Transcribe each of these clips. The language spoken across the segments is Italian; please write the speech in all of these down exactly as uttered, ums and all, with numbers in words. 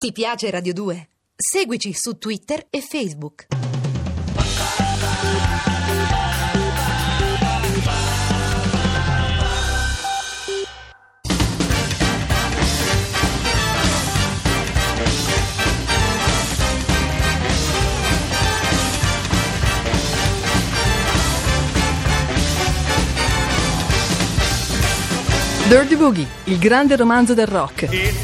Ti piace Radio due? Seguici su Twitter e Facebook. Dirty Boogie, il grande romanzo del rock.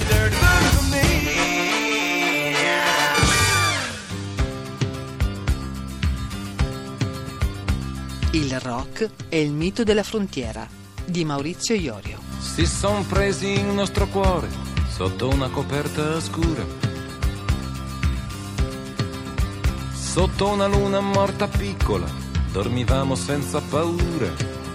Il rock è il mito della frontiera di Maurizio Iorio. Si son presi il nostro cuore sotto una coperta scura, sotto una luna morta piccola, dormivamo senza paura.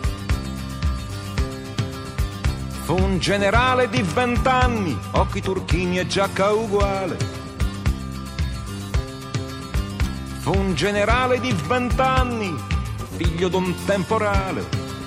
Fu un generale di vent'anni, occhi turchini e giacca uguale. Fu un generale di vent'anni, figlio d'un temporale.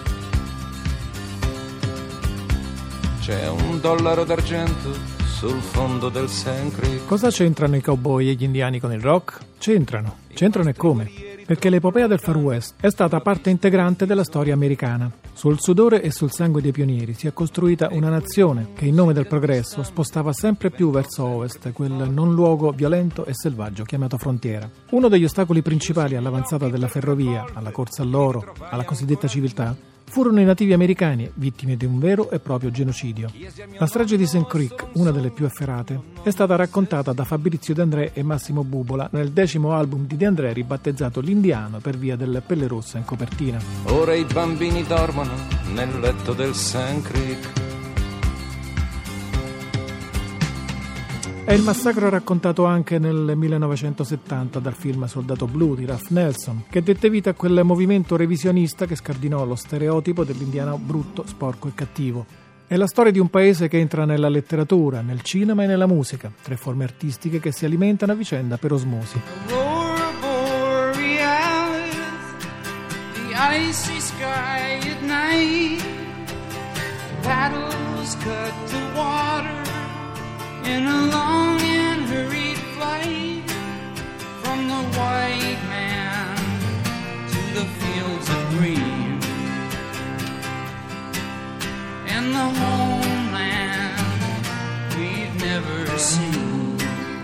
C'è un dollaro d'argento sul fondo del Sand Creek. Cosa c'entrano i cowboy e gli indiani con il rock? C'entrano. C'entrano e come? Perché l'epopea del Far West è stata parte integrante della storia americana. Sul sudore e sul sangue dei pionieri si è costruita una nazione che in nome del progresso spostava sempre più verso ovest quel non luogo violento e selvaggio chiamato frontiera. Uno degli ostacoli principali all'avanzata della ferrovia, alla corsa all'oro, alla cosiddetta civiltà, furono i nativi americani, vittime di un vero e proprio genocidio. La strage di Sand Creek, una delle più efferate, è stata raccontata da Fabrizio De André e Massimo Bubola nel decimo album di De André ribattezzato L'Indiano per via delle pelle rossa in copertina. Ora i bambini dormono nel letto del Sand Creek. È il massacro raccontato anche nel millenovecentosettanta dal film Soldato Blu di Ralph Nelson, che dette vita a quel movimento revisionista che scardinò lo stereotipo dell'indiano brutto, sporco e cattivo. È la storia di un paese che entra nella letteratura, nel cinema e nella musica, tre forme artistiche che si alimentano a vicenda per osmosi. In a long and hurried flight from the white man to the fields of green and the homeland we've never seen.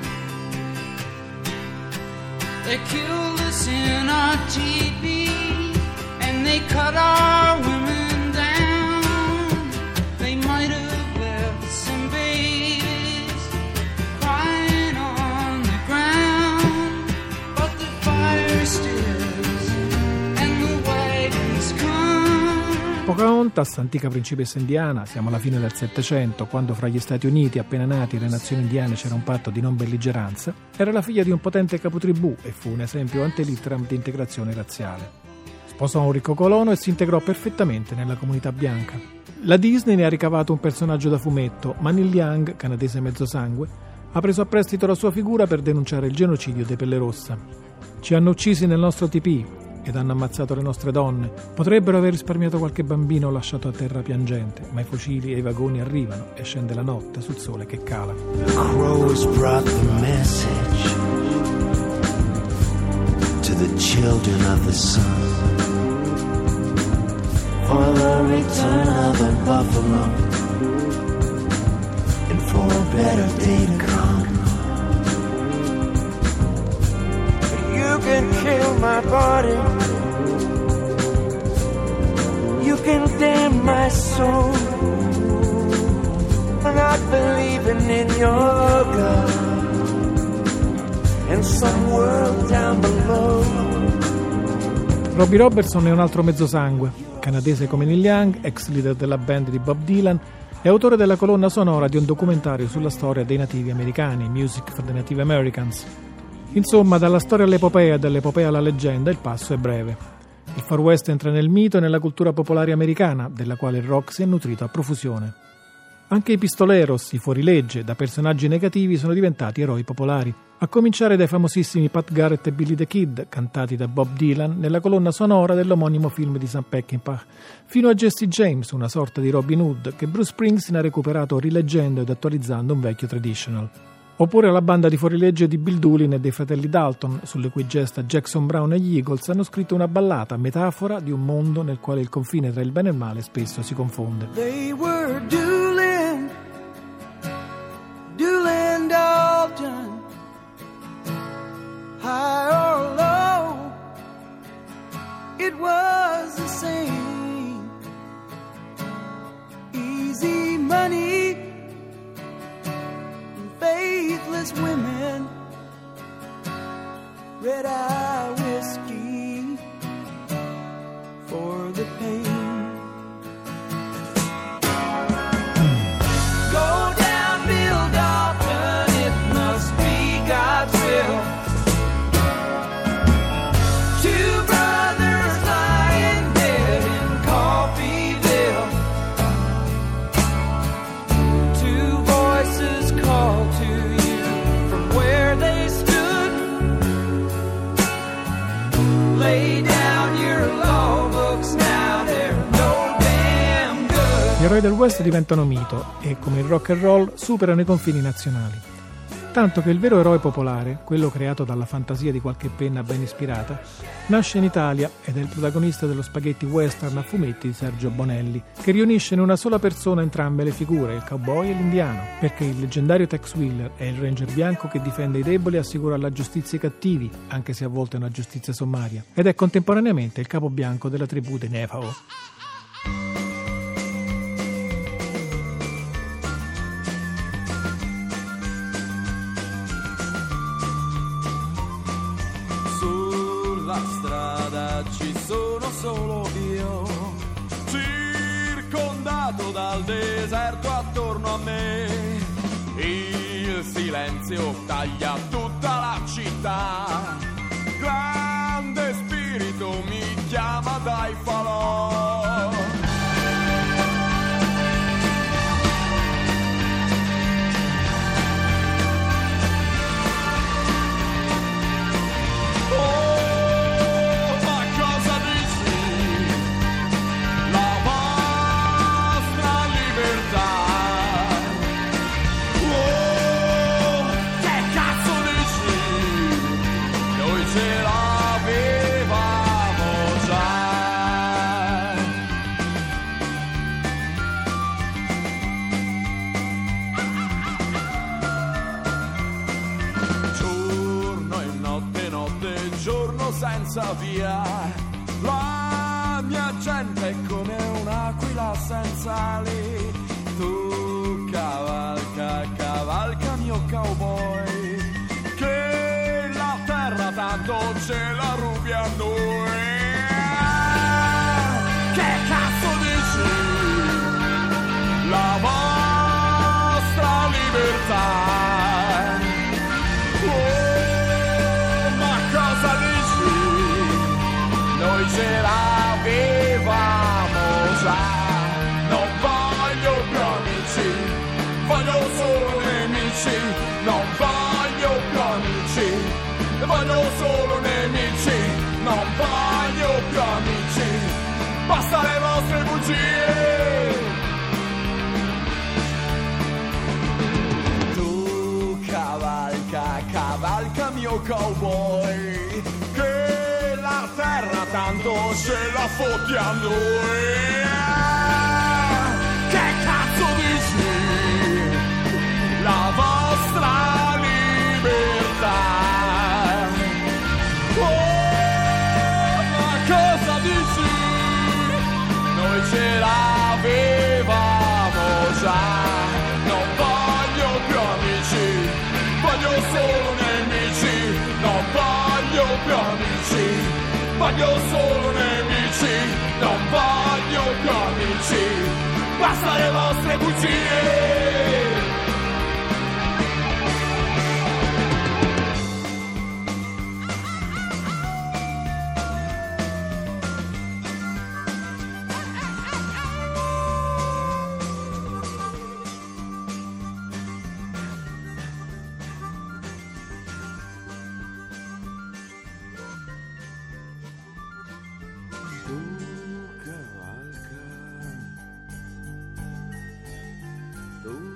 They killed us in our teepee and they cut our women down. They might have left some babies Pocahontas, antica principessa indiana, siamo alla fine del Settecento, quando fra gli Stati Uniti appena nati e le nazioni indiane c'era un patto di non belligeranza, era la figlia di un potente capotribù e fu un esempio ante litteram di integrazione razziale. Sposò un ricco colono e si integrò perfettamente nella comunità bianca. La Disney ne ha ricavato un personaggio da fumetto, ma Neil Young, canadese mezzosangue, ha preso a prestito la sua figura per denunciare il genocidio dei Pelle Rossa. Ci hanno uccisi nel nostro tipì ed hanno ammazzato le nostre donne. Potrebbero aver risparmiato qualche bambino lasciato a terra piangente, ma i fucili e i vagoni arrivano e scende la notte sul sole che cala. The crows brought the message to the children of the sun for the return of the buffalo and for a better day to come. You can kill my body, you can damn my soul, not believing in your God and some world down below. Robbie Robertson è un altro mezzosangue, canadese come Neil Young, ex leader della band di Bob Dylan e autore della colonna sonora di un documentario sulla storia dei nativi americani, Music for the Native Americans. Insomma, dalla storia all'epopea e dall'epopea alla leggenda il passo è breve. Il Far West entra nel mito e nella cultura popolare americana, della quale il rock si è nutrito a profusione. Anche i pistoleros, i fuorilegge, da personaggi negativi sono diventati eroi popolari, a cominciare dai famosissimi Pat Garrett e Billy the Kid, cantati da Bob Dylan nella colonna sonora dell'omonimo film di Sam Peckinpah, fino a Jesse James, una sorta di Robin Hood, che Bruce Springsteen ha recuperato rileggendo ed attualizzando un vecchio traditional. Oppure la banda di fuorilegge di Bill Doolin e dei fratelli Dalton, sulle cui gesta Jackson Browne e gli Eagles hanno scritto una ballata metafora di un mondo nel quale il confine tra il bene e il male spesso si confonde. They were Doolin, Doolin Dalton, high or low, it was the same. Easy money, faithless women, red-eye whiskey for the pain. Go down, Bill Dalton, it must be God's will. Two brothers lying dead in Coffeeville. Two voices call to you from where they stood. Lay down your law books now, they're no damn good. Gli eroi del West diventano mito e, come il rock and roll, superano i confini nazionali. Tanto che il vero eroe popolare, quello creato dalla fantasia di qualche penna ben ispirata, nasce in Italia ed è il protagonista dello spaghetti western a fumetti di Sergio Bonelli, che riunisce in una sola persona entrambe le figure, il cowboy e l'indiano, perché il leggendario Tex Willer è il ranger bianco che difende i deboli e assicura la giustizia ai cattivi, anche se a volte è una giustizia sommaria, ed è contemporaneamente il capo bianco della tribù dei Navajo. Sulla strada ci sono solo io, circondato dal deserto attorno a me. Il silenzio taglia tutta la città. Grande spirito mi chiama dai falò. Senza via, la mia gente è come un'aquila senza ali. Tu cavalca, cavalca mio cowboy, che la terra tanto ce la rubi a noi. Che cazzo dici? La vostra libertà. Noi ce l'avevamo già. Non voglio più amici, voglio solo nemici. Non voglio più amici, voglio solo nemici. Non voglio più amici, basta le vostre bugie. Tu cavalca, cavalca mio cowboy, che la terra tanto ce la fotti a noi. Che cazzo dici? La vostra libertà. Oh, ma cosa dici? Noi ce l'avevamo già. Non voglio più amici, voglio solo nemici. Non voglio più amici, voglio solo nemici. Non voglio più amici, basta le vostre bugie. Tu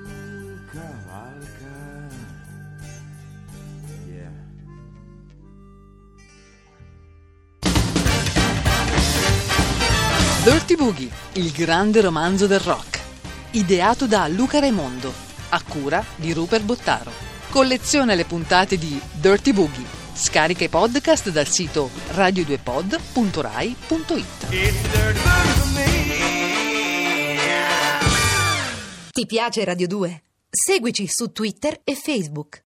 Dirty Boogie, il grande romanzo del rock. Ideato da Luca Raimondo, a cura di Rupert Bottaro. Colleziona le puntate di Dirty Boogie. Scarica i podcast dal sito radio due pod punto rai punto it. Ti piace Radio due? Seguici su Twitter e Facebook.